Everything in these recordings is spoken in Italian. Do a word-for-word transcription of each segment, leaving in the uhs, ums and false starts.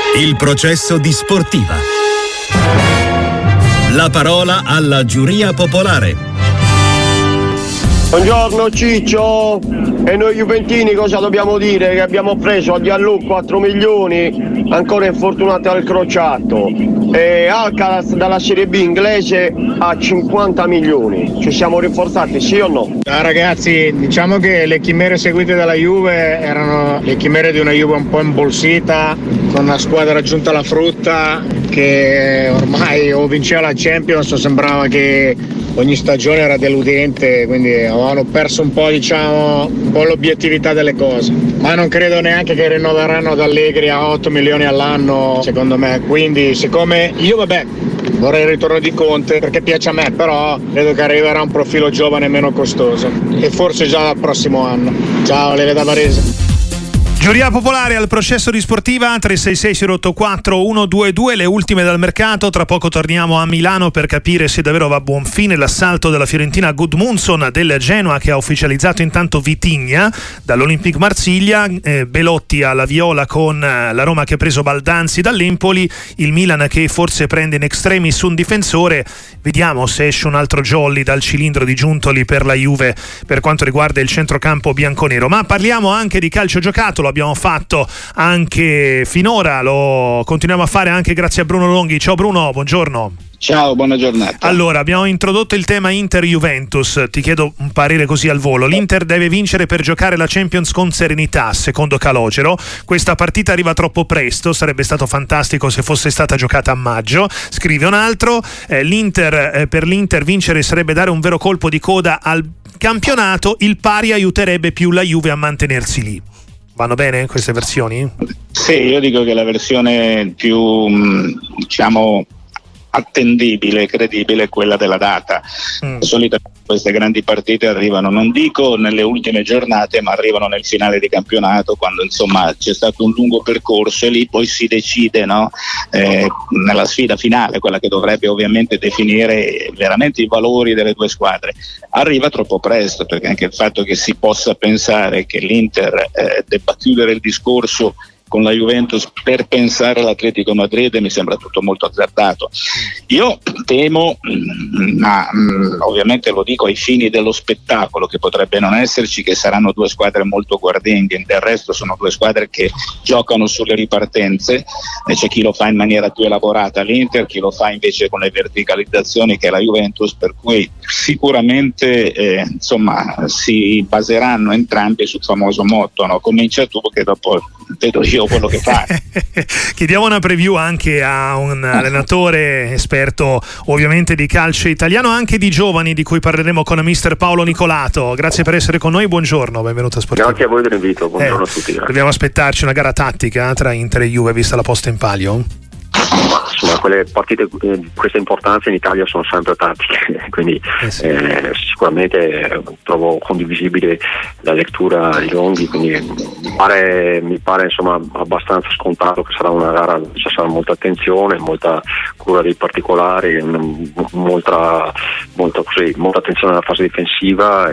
Il processo di Sportiva. La parola alla giuria popolare. Buongiorno Ciccio, e noi juventini cosa dobbiamo dire? Che abbiamo preso a Diallo quattro milioni, ancora infortunato al crociato, e Alcaraz dalla Serie B inglese a cinquanta milioni. Ci siamo rinforzati, sì o no? Ah, ragazzi, diciamo che le chimere seguite dalla Juve erano le chimere di una Juve un po' imbolsita, con una squadra raggiunta alla frutta, che ormai o vinceva la Champions o sembrava che ogni stagione era deludente, quindi avevano perso un po', diciamo, un po' l'obiettività delle cose. Ma non credo neanche che rinnoveranno ad Allegri a otto milioni all'anno, secondo me. Quindi, siccome io, vabbè, vorrei il ritorno di Conte perché piace a me, però credo che arriverà un profilo giovane e meno costoso, e forse già dal prossimo anno. Ciao, Leve da Varese. Giuria popolare al processo di Sportiva. Tre sei sei zero otto quattro uno due due, le ultime dal mercato. Tra poco torniamo a Milano per capire se davvero va a buon fine l'assalto della Fiorentina a Gudmundsson del Genoa, che ha ufficializzato intanto Vitigna dall'Olympique Marsiglia, eh, Belotti alla Viola con la Roma che ha preso Baldanzi dall'Empoli, il Milan che forse prende in extremis un difensore. Vediamo se esce un altro jolly dal cilindro di Giuntoli per la Juve per quanto riguarda il centrocampo bianconero. Ma parliamo anche di calcio giocato. Lo abbiamo fatto anche finora, lo continuiamo a fare anche grazie a Bruno Longhi. Ciao Bruno, buongiorno. Ciao, buona giornata. Allora, abbiamo introdotto il tema Inter-Juventus. Ti chiedo un parere così al volo. L'Inter deve vincere per giocare la Champions con serenità, secondo Calogero. Questa partita arriva troppo presto, sarebbe stato fantastico se fosse stata giocata a maggio. Scrive un altro, eh, l'Inter, eh, per l'Inter vincere sarebbe dare un vero colpo di coda al campionato, il pari aiuterebbe più la Juve a mantenersi lì. Vanno bene queste versioni? Sì, io dico che la versione più, diciamo, attendibile e credibile è quella della data. Mm. Solitamente queste grandi partite arrivano, non dico nelle ultime giornate, ma arrivano nel finale di campionato, quando insomma c'è stato un lungo percorso e lì poi si decide, no? eh, nella sfida finale, quella che dovrebbe ovviamente definire veramente i valori delle due squadre. Arriva troppo presto, perché anche il fatto che si possa pensare che l'Inter eh, debba chiudere il discorso con la Juventus per pensare all'Atletico Madrid mi sembra tutto molto azzardato. Io temo, ma mh, ovviamente lo dico ai fini dello spettacolo che potrebbe non esserci, che saranno due squadre molto guardinghe. Del resto sono due squadre che giocano sulle ripartenze, e c'è chi lo fa in maniera più elaborata, l'Inter, chi lo fa invece con le verticalizzazioni, che è la Juventus, per cui sicuramente eh, insomma si baseranno entrambi sul famoso motto, no? Comincia tu che dopo vedo io quello che fa. Chiediamo una preview anche a un allenatore esperto ovviamente di calcio italiano, anche di giovani, di cui parleremo con mister Paolo Nicolato. Grazie per essere con noi, buongiorno, benvenuto a Sportiva. Grazie a voi dell'invito, buongiorno eh, a tutti. Grazie. Dobbiamo aspettarci una gara tattica tra Inter e Juve vista la posta in palio? Ma, insomma, quelle partite di questa importanza in Italia sono sempre tattiche, quindi eh sì. eh, sicuramente trovo condivisibile la lettura di Longhi, quindi mi pare, mi pare insomma abbastanza scontato che sarà una gara dove ci sarà molta attenzione, molta cura dei particolari, molta, molta, così, molta attenzione alla fase difensiva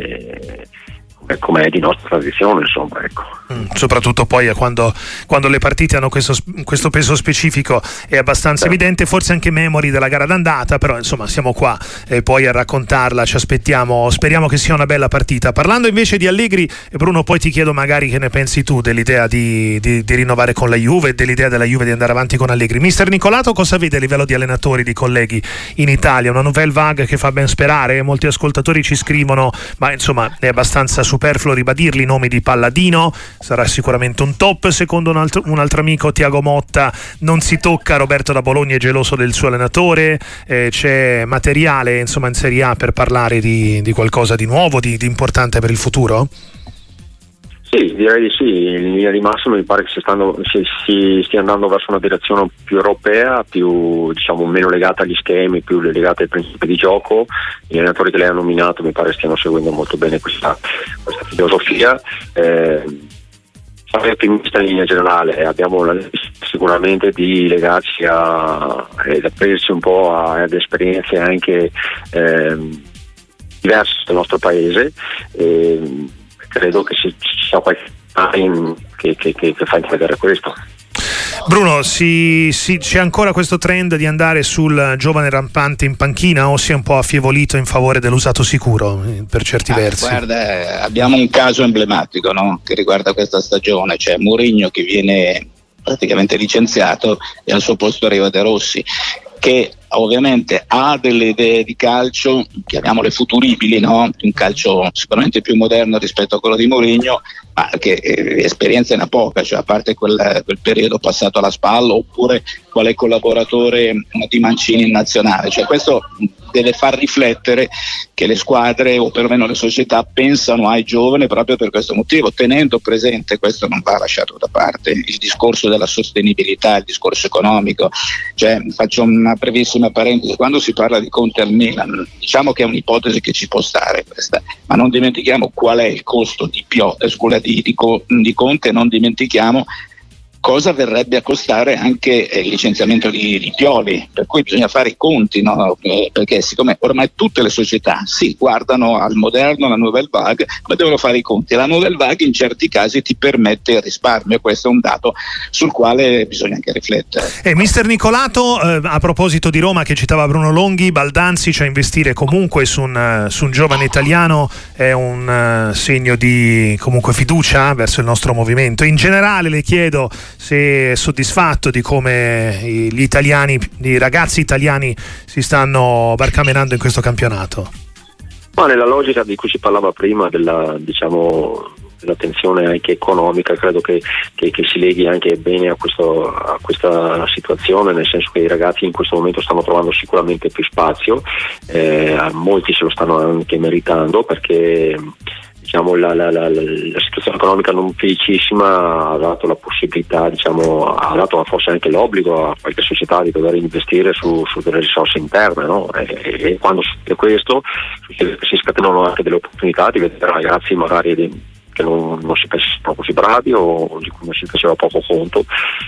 e come è di nostra tradizione, insomma, ecco. Mm, soprattutto poi quando, quando le partite hanno questo, questo peso specifico è abbastanza Beh. evidente, forse anche memori della gara d'andata, però insomma siamo qua eh, poi a raccontarla, ci aspettiamo, speriamo che sia una bella partita. Parlando invece di Allegri, Bruno, poi ti chiedo magari che ne pensi tu dell'idea di, di, di rinnovare con la Juve e dell'idea della Juve di andare avanti con Allegri. Mister Nicolato, cosa vede a livello di allenatori, di colleghi in Italia? Una nouvelle vague che fa ben sperare, molti ascoltatori ci scrivono, ma insomma è abbastanza superfluo ribadirli i nomi di Palladino, sarà sicuramente un top, secondo un altro, un altro amico, Tiago Motta non si tocca, Roberto da Bologna è geloso del suo allenatore, eh, c'è materiale insomma in Serie A per parlare di, di qualcosa di nuovo, di, di importante per il futuro? Sì, direi di sì, in linea di massima mi pare che si, stando, si, si stia andando verso una direzione più europea, più diciamo meno legata agli schemi, più legata ai principi di gioco. Gli allenatori che lei ha nominato mi pare stiano seguendo molto bene questa, questa filosofia. Eh, Sarei ottimista in linea generale, abbiamo la necessità sicuramente di legarci a ed aprirci un po' ad esperienze anche eh, diverse del nostro paese. Eh, credo che ci sia qualche che, che, che, che fa intravedere questo. Bruno, si, si, c'è ancora questo trend di andare sul giovane rampante in panchina o si è un po' affievolito in favore dell'usato sicuro per certi ah, versi? Guarda, abbiamo un caso emblematico, no? Che riguarda questa stagione, cioè Mourinho che viene praticamente licenziato e al suo posto arriva De Rossi, che ovviamente ha delle idee di calcio, chiamiamole futuribili, no? Un calcio sicuramente più moderno rispetto a quello di Mourinho, ma che eh, esperienza ne ha poca, cioè a parte quel, quel periodo passato alla spalla, oppure quale collaboratore di Mancini in nazionale, cioè questo deve far riflettere che le squadre o perlomeno le società pensano ai giovani proprio per questo motivo, tenendo presente, questo non va lasciato da parte, il discorso della sostenibilità, il discorso economico. Cioè, faccio una brevissima parentesi: quando si parla di Conte al Milan, diciamo che è un'ipotesi che ci può stare questa, ma non dimentichiamo qual è il costo di, Pio, eh, scusa, di, di, di Conte, non dimentichiamo cosa verrebbe a costare anche il licenziamento di, di Pioli, per cui bisogna fare i conti, no? Eh, perché siccome ormai tutte le società si guardano al moderno, alla Nouvelle Vague, ma devono fare i conti. La Nouvelle Vague in certi casi ti permette il risparmio, questo è un dato sul quale bisogna anche riflettere. E mister Nicolato, eh, a proposito di Roma che citava Bruno Longhi, Baldanzi, cioè investire comunque su un, su un giovane italiano è un uh, segno di comunque fiducia verso il nostro movimento. In generale le chiedo se è soddisfatto di come gli italiani, i ragazzi italiani si stanno barcamenando in questo campionato. Ma nella logica di cui si parlava prima della, diciamo, dell'attenzione anche economica, credo che, che, che si leghi anche bene a, questo, a questa situazione, nel senso che i ragazzi in questo momento stanno trovando sicuramente più spazio, eh, molti se lo stanno anche meritando, perché diciamo la, la, la, la situazione economica non felicissima ha dato la possibilità, diciamo, ha dato forse anche l'obbligo a qualche società di dover investire su, su delle risorse interne, no? e, e quando succede questo si scatenano anche delle opportunità di vedere ragazzi magari di, che non, non si pensavano così bravi o di cui non si faceva poco conto,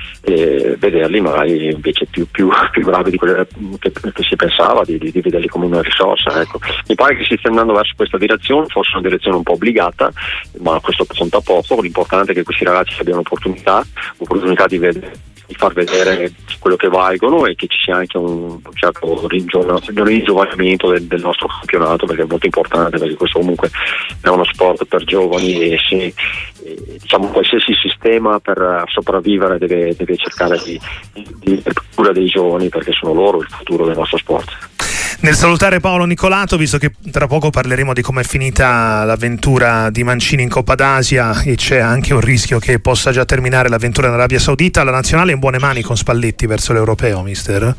e vederli magari invece più, più, più bravi di quelli che, che si pensava, di, di, di vederli come una risorsa. Ecco. Mi pare che si stia andando verso questa direzione, forse una direzione un po' obbligata, ma questo conta poco. L'importante è che questi ragazzi abbiano opportunità, opportunità di vedere, di far vedere quello che valgono e che ci sia anche un, un certo ringiovanimento del, del nostro campionato, perché è molto importante, perché questo comunque è uno sport per giovani e se e, diciamo qualsiasi sistema per sopravvivere deve, deve cercare di, di, di cura dei giovani, perché sono loro il futuro del nostro sport. Nel salutare Paolo Nicolato, visto che tra poco parleremo di come è finita l'avventura di Mancini in Coppa d'Asia e c'è anche un rischio che possa già terminare l'avventura in Arabia Saudita, la nazionale è in buone mani con Spalletti verso l'europeo, mister?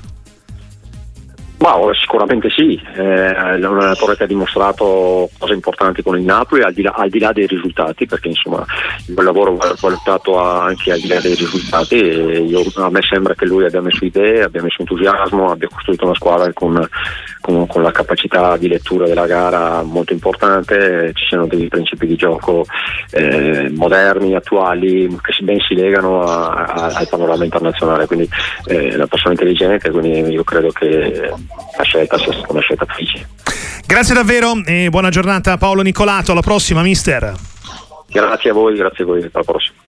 Ma sicuramente sì, eh, è un allenatore che ha dimostrato cose importanti con il Napoli, al di là, al di là dei risultati, perché insomma il lavoro va valutato anche al di là dei risultati, e io, a me sembra che lui abbia messo idee, abbia messo entusiasmo, abbia costruito una squadra con, con, con la capacità di lettura della gara molto importante, ci siano dei principi di gioco eh, moderni, attuali, che si ben si legano a, a, al panorama internazionale, quindi è eh, una persona intelligente, quindi io credo che la scelta sia stata una scelta felice. Grazie davvero e buona giornata Paolo Nicolato, alla prossima mister. Grazie a voi, grazie a voi, alla prossima.